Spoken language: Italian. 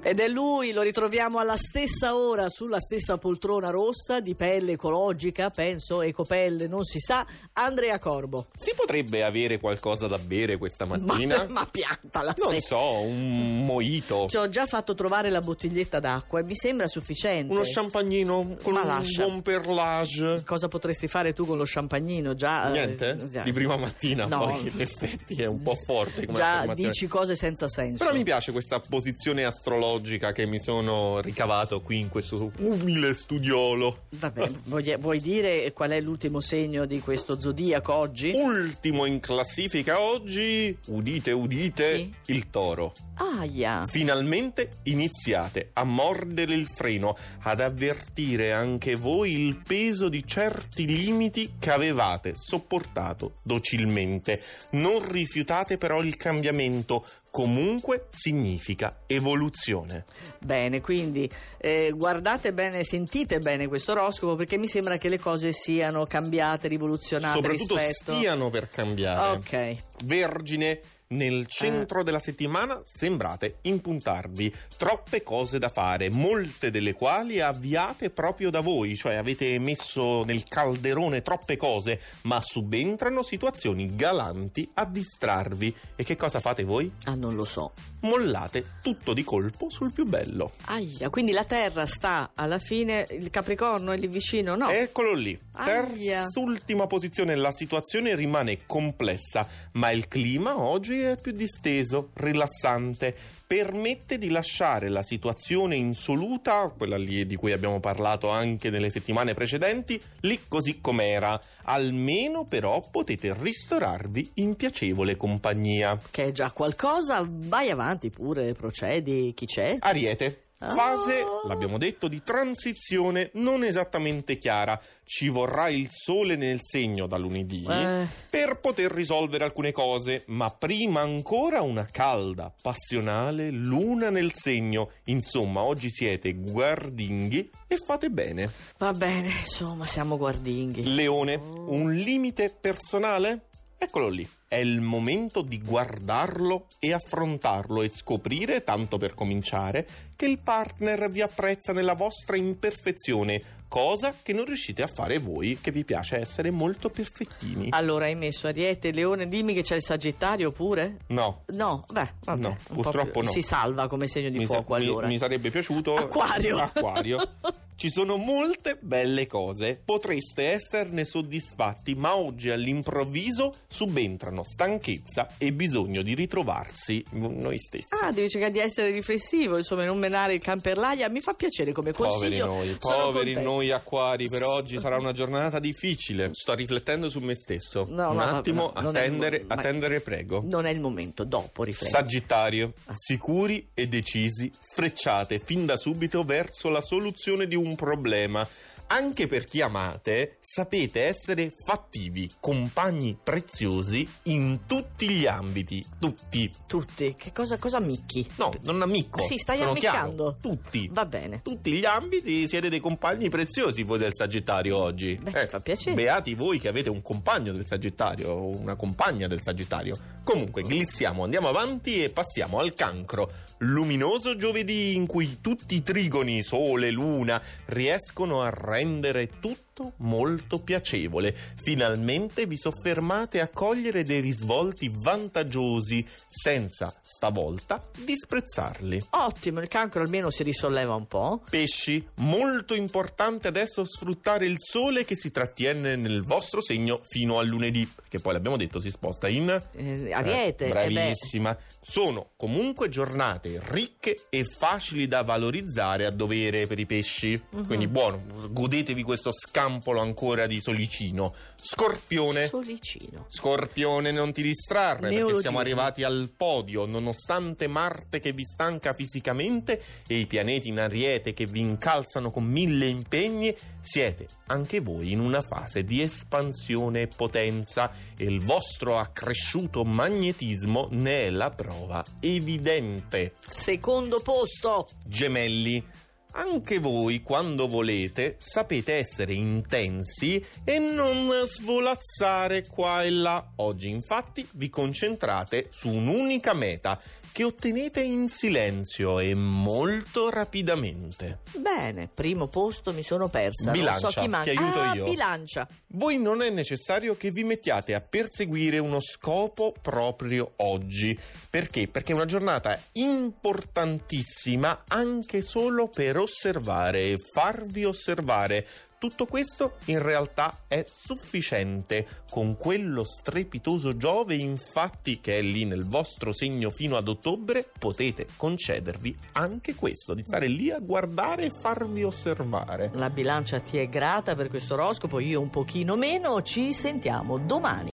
Ed è lui, lo ritroviamo alla stessa ora, sulla stessa poltrona rossa, di pelle ecologica, penso, ecopelle, non si sa, Andrea Corbo. Si potrebbe avere qualcosa da bere questa mattina? Ma piantala. Non so, un mojito. Ci ho già fatto trovare la bottiglietta d'acqua e mi sembra sufficiente. Uno champagnino con un buon perlage. Cosa potresti fare tu con lo champagnino? Già, niente? Di prima mattina, no. Poi in effetti è un po' forte come già affermazione. Dici cose senza senso. Però mi piace questa posizione astrologica che mi sono ricavato qui in questo umile studiolo. Vabbè, vuoi dire qual è l'ultimo segno di questo zodiaco oggi? Ultimo in classifica oggi, udite, Sì? il Toro. Aia. Finalmente iniziate a mordere il freno, ad avvertire anche voi il peso di certi limiti che avevate sopportato docilmente. Non rifiutate però il cambiamento, comunque significa evoluzione. Bene, quindi guardate bene, sentite bene questo oroscopo, perché mi sembra che le cose siano cambiate, rivoluzionate. Soprattutto rispetto... stiano per cambiare. Ok. Vergine, nel centro della settimana sembrate impuntarvi. Troppe cose da fare, molte delle quali avviate proprio da voi, cioè avete messo nel calderone troppe cose, ma subentrano situazioni galanti a distrarvi. E che cosa fate voi? Non lo so. Mollate tutto di colpo sul più bello. Aia, quindi la Terra sta alla fine, il Capricorno è lì vicino, no? Eccolo lì. Aia. Terz'ultima posizione, la situazione rimane complessa, ma il clima oggi è più disteso, rilassante. Permette di lasciare la situazione insoluta, quella lì di cui abbiamo parlato anche nelle settimane precedenti, lì così com'era. Almeno però potete ristorarvi in piacevole compagnia. Che è già qualcosa, vai avanti pure, procedi, chi c'è? Ariete. Fase, l'abbiamo detto, di transizione non esattamente chiara. Ci vorrà il sole nel segno da lunedì per poter risolvere alcune cose, ma prima ancora una calda, passionale luna nel segno. Insomma, oggi siete guardinghi e fate bene. Va bene, insomma, siamo guardinghi. Leone, un limite personale? Eccolo lì. È il momento di guardarlo e affrontarlo e scoprire, tanto per cominciare, che il partner vi apprezza nella vostra imperfezione, cosa che non riuscite a fare voi, che vi piace essere molto perfettini. Allora, hai messo Ariete, Leone, dimmi che c'è il Sagittario pure? No. No, vabbè, No, purtroppo no. Si salva come segno di fuoco, allora. Mi sarebbe piaciuto Acquario. Ci sono molte belle cose, potreste esserne soddisfatti, ma oggi all'improvviso subentrano stanchezza e bisogno di ritrovarsi noi stessi. Devi cercare di essere riflessivo, insomma, non menare il can per l'aia. Mi fa piacere come consiglio. Poveri noi acquari, per oggi sarà una giornata difficile. Sto riflettendo su me stesso. Attendere, prego. Non è il momento, dopo rifletti. Sagittario, sicuri e decisi, sfrecciate fin da subito verso la soluzione di un problema. Anche per chi amate, sapete essere fattivi, compagni preziosi in tutti gli ambiti. Tutti. Che cosa ammicchi? No, non ammicco. Sì, stai sono ammiccando. Chiaro. Tutti. Va bene. Tutti gli ambiti siete dei compagni preziosi voi del Sagittario oggi. Beh, ci fa piacere. Beati voi che avete un compagno del Sagittario o una compagna del Sagittario. Comunque, glissiamo, andiamo avanti e passiamo al Cancro. Luminoso giovedì in cui tutti i trigoni, Sole, Luna, riescono a rendere tutto molto piacevole. Finalmente vi soffermate a cogliere dei risvolti vantaggiosi senza stavolta disprezzarli. Ottimo, il Cancro almeno si risolleva un po'. Pesci, molto importante adesso sfruttare il sole che si trattiene nel vostro segno fino al lunedì, perché poi l'abbiamo detto si sposta in Ariete. Bravissima. Sono comunque giornate ricche e facili da valorizzare a dovere per i pesci. Quindi buono, godetevi questo scampolo ancora di solicino. Scorpione. Scorpione, non ti distrarre, perché siamo arrivati al podio. Nonostante Marte che vi stanca fisicamente e i pianeti in Ariete che vi incalzano con 1000 impegni, siete anche voi in una fase di espansione e potenza e il vostro accresciuto magnetismo ne è la prova evidente. Secondo posto. Gemelli. Anche voi, quando volete, sapete essere intensi e non svolazzare qua e là. Oggi, infatti, vi concentrate su un'unica meta. che ottenete in silenzio e molto rapidamente. Bene, primo posto mi sono persa. Bilancia, non so chi manca. ti aiuto io. Bilancia. Voi non è necessario che vi mettiate a perseguire uno scopo proprio oggi. Perché? Perché è una giornata importantissima anche solo per osservare e farvi osservare. Tutto questo in realtà è sufficiente. Con quello strepitoso Giove, infatti, che è lì nel vostro segno fino ad ottobre, potete concedervi anche questo, di stare lì a guardare e farvi osservare. La Bilancia ti è grata per questo oroscopo, io un pochino meno. Ci sentiamo domani.